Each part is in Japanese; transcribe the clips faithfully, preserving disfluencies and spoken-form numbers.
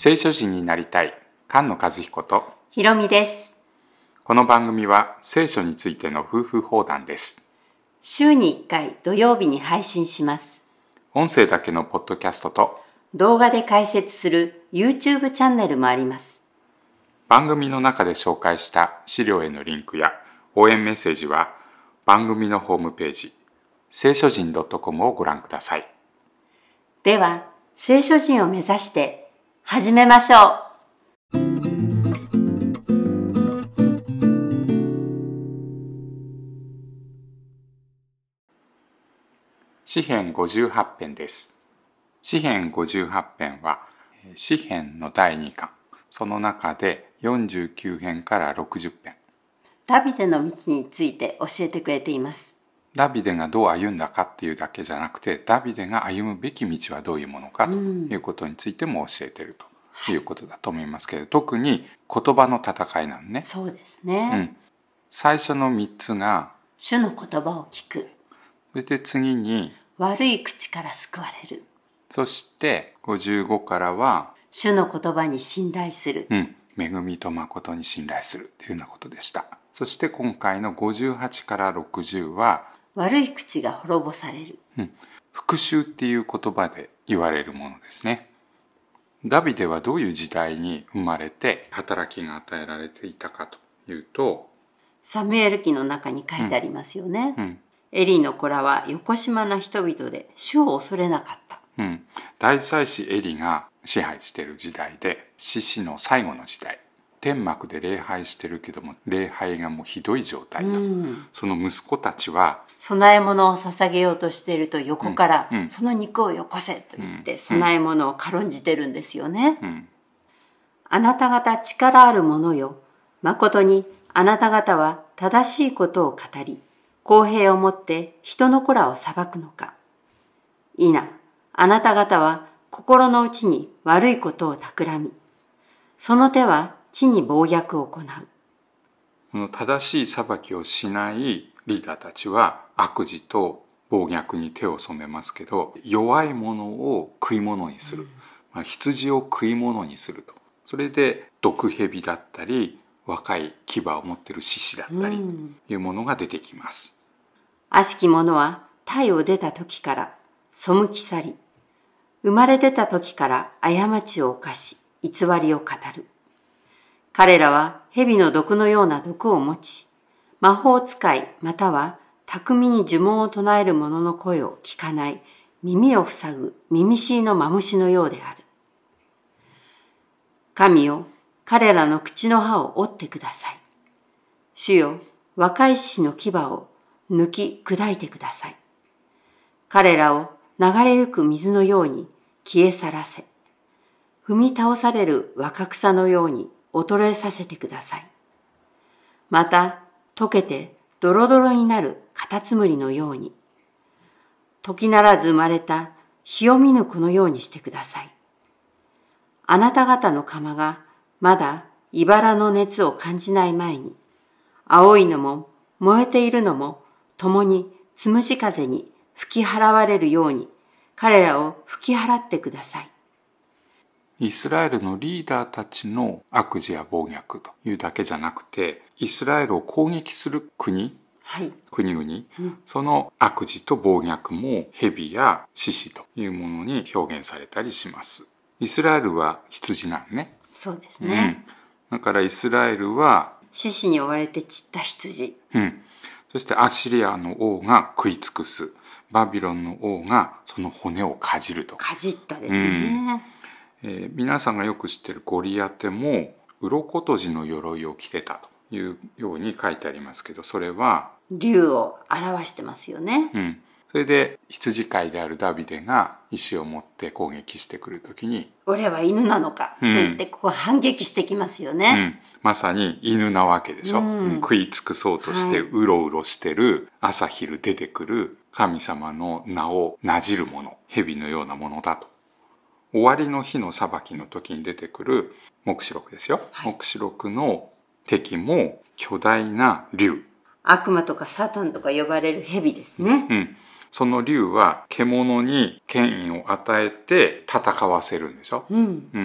聖書人になりたい菅野和彦とひろみです。 この番組は聖書についての夫婦放談です。 週にいっかい土曜日に配信します。 音声だけのポッドキャストと動画で解説する YouTube チャンネルもあります。 番組の中で紹介した資料へのリンクや応援メッセージは番組のホームページ聖書人 .com をご覧ください。 では聖書人を目指して始めましょう。 詩編ごじゅうはち編です。詩編ごじゅうはち編は詩編のだいにかん、その中でよんじゅうきゅう編からろくじゅっ編。 ダビデの道について教えてくれています。 ダビデがどう歩んだかっていうだけじゃなくて、ダビデが歩むべき道はどういうものかということについても教えているということだと思いますけど、はい、特に言葉の戦いなのね。 そうですね、 うん、最初のみっつが主の言葉を聞く、 それで次に悪い口から救われる、 そしてごじゅうごからは主の言葉に信頼する、 うん、恵みと誠に信頼するというようなことでした。そして今回のごじゅうはちからろくじゅうは悪い口が滅ぼされる、 うん、復讐っていう言葉で言われるものですね。ダビデはどういう時代に生まれて働きが与えられていたかというと、 サムエル記の中に書いてありますよね、 うんうん、 エリの子らはよこしまな人々で主を恐れなかった、 うん、大祭司エリが支配している時代で、獅子の最後の時代、天幕で礼拝してるけども礼拝がもうひどい状態と、うん、その息子たちは供え物を捧げようとしていると横から、うんうん、その肉をよこせと言って、うん、供え物を軽んじてるんですよね、うん、あなた方力ある者よ、誠にあなた方は正しいことを語り公平をもって人の子らを裁くのか。いいな、あなた方は心の内に悪いことを企み、その手は地に暴虐を行う。 この正しい裁きをしないリーダーたちは悪事と暴虐に手を染めますけど、弱い者を食い物にする、うん、まあ、羊を食い物にすると。それで毒蛇だったり若い牙を持っている獅子だったりというものが出てきます、 うん、悪しき者は胎を出た時から背き去り、生まれ出た時から過ちを犯し偽りを語る。彼らは蛇の毒のような毒を持ち、魔法使いまたは巧みに呪文を唱える者の声を聞かない耳を塞ぐ耳しいのマムシのようである。神よ、彼らの口の歯を折ってください。主よ、若い獅子の牙を抜き砕いてください。彼らを流れゆく水のように消え去らせ、踏み倒される若草のように衰えさせてください。また、溶けてドロドロになるカタツムリのように、時ならず生まれた火を見ぬ子のようにしてください。あなた方の釜がまだ茨の熱を感じない前に、青いのも燃えているのも共につむじ風に吹き払われるように、彼らを吹き払ってください。 イスラエルのリーダーたちの悪事や暴虐というだけじゃなくて、イスラエルを攻撃する国、はい、国々、うん、その悪事と暴虐も蛇や獅子というものに表現されたりします。イスラエルは羊なのね。 そうですね、 うん、だからイスラエルは獅子に追われて散った羊、 うん、そしてアッシリアの王が食い尽くす、バビロンの王がその骨をかじると。 かじったですね、 うんえー、皆さんがよく知っているゴリアテも鱗とじの鎧を着てたというように書いてありますけど、それは竜を表してますよね、 うん、それで羊飼いであるダビデが石を持って攻撃してくるときに、 俺は犬なのかと言ってここ反撃してきますよね、 うん、まさに犬なわけでしょ、うん、食い尽くそうとしてうろうろしてる、はい、朝昼出てくる神様の名をなじるもの、蛇のようなものだと。終わりの日の裁きの時に出てくる黙示録ですよ、はい、黙示録の敵も巨大な竜、 悪魔とかサタンとか呼ばれる蛇ですね、 うん、その竜は獣に権威を与えて戦わせるんでしょ、うんうん、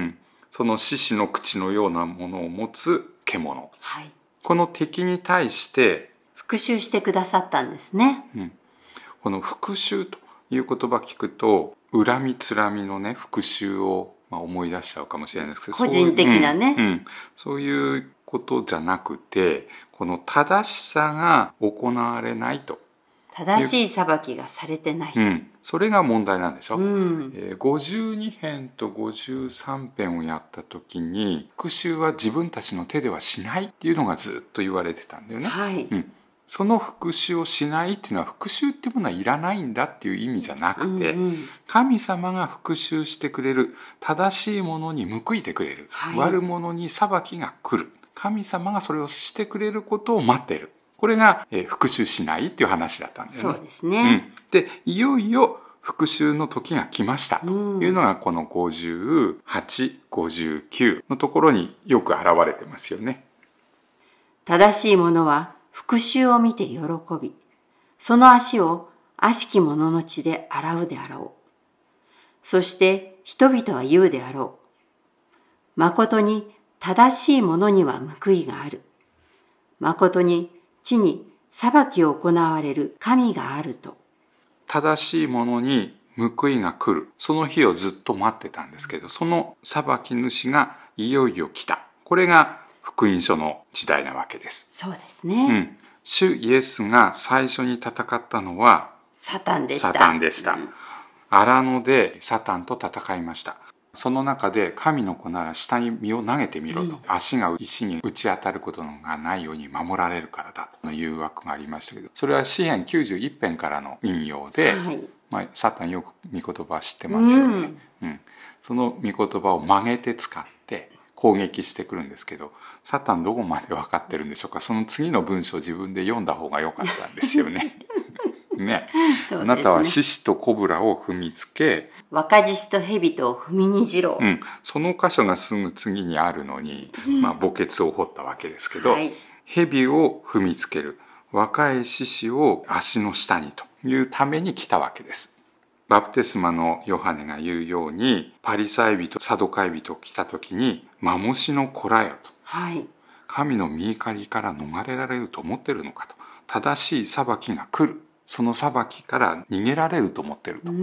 その獅子の口のようなものを持つ獣、 はい、 この敵に対して復讐してくださったんですね。 うん、この復讐という言葉聞くと、恨みつらみのね復讐をまあ思い出しちゃうかもしれないですけど、 個人的なね、 そう、うんうん、そういうことじゃなくて、この正しさが行われないと、 正しい裁きがされてない、 うん、それが問題なんでしょ、 うんえー、ごじゅうにへんとごじゅうさんへんをやった時に、復讐は自分たちの手ではしないっていうのがずっと言われてたんだよね、 はいうん、その復讐をしないっていうのは、復讐っていうものはいらないんだっていう意味じゃなくて、うんうん、神様が復讐してくれる、正しいものに報いてくれる、はい、悪者に裁きが来る、神様がそれをしてくれることを待っている、これが、えー、復讐しないっていう話だったんだよね。 そうですね、 うん、でいよいよ復讐の時が来ましたというのが、このごじゅうはち、ごじゅうきゅうのところによく表れてますよね。 正しい者は復讐を見て喜び、その足を悪しき者の血で洗うであろう。そして人々は言うであろう。誠に正しい者には報いがある。誠に地に裁きを行われる神があると。 正しい者に報いが来る、その日をずっと待ってたんですけど、その裁き主がいよいよ来た。これが福音書の時代なわけです。 そうですね、うん、 主イエスが最初に戦ったのはサタンでした。 サタンでした、うん、荒野でサタンと戦いました。その中で、神の子なら下に身を投げてみろと、うん、足が石に打ち当たることがないように守られるからだとの誘惑がありましたけど、それは詩編きゅうじゅういっぺんからの引用で、はい、まあ、サタンよく御言葉知ってますよね、うんうん、その御言葉を曲げて使って攻撃してくるんですけど、サタンどこまで分かってるんでしょうか。その次の文章を自分で読んだ方が良かったんですよねね, ねあなたは獅子とコブラを踏みつけ、 若獅子と蛇とを踏みにじろう、 うん、その箇所がすぐ次にあるのに、まあ、墓穴を掘ったわけですけど、はい、蛇を踏みつける、若い獅子を足の下にというために来たわけです。バプテスマのヨハネが言うように、パリサイ人、サドカイ人来た時に、マモシの子らよと、はい、神の御怒りから逃れられると思ってるのかと、正しい裁きが来る、その裁きから逃げられると思ってると。うん、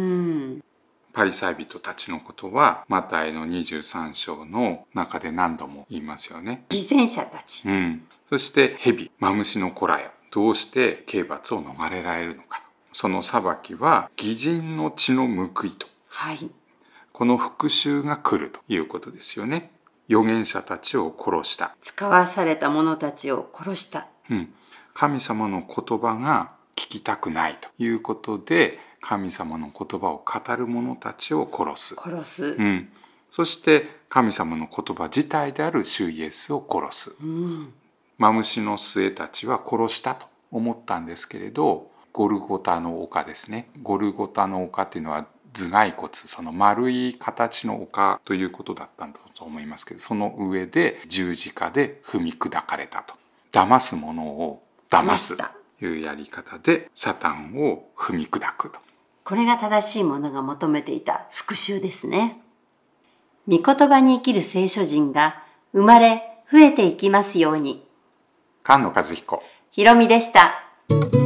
パリサイ人たちのことはマタイのにじゅうさん章の中で何度も言いますよね。 偽善者たち、 うん、そして蛇、マムシの子らよ、どうして刑罰を逃れられるのかと。その裁きは義人の血の報いと、はい、この復讐が来るということですよね。預言者たちを殺した、 使わされた者たちを殺した、 うん、神様の言葉が聞きたくないということで、神様の言葉を語る者たちを殺す。 殺す。 うん。そして神様の言葉自体である主イエスを殺す。うん、マムシの末たちは殺したと思ったんですけれど、ゴルゴタの丘ですね。ゴルゴタの丘っていうのは頭蓋骨、その丸い形の丘ということだったんだと思いますけど、その上で十字架で踏み砕かれたと。騙す者を騙すというやり方でサタンを踏み砕くと。 これが正しい者が求めていた復讐ですね。御言葉に生きる聖書人が生まれ増えていきますように。 菅野和彦、 ひろみでした。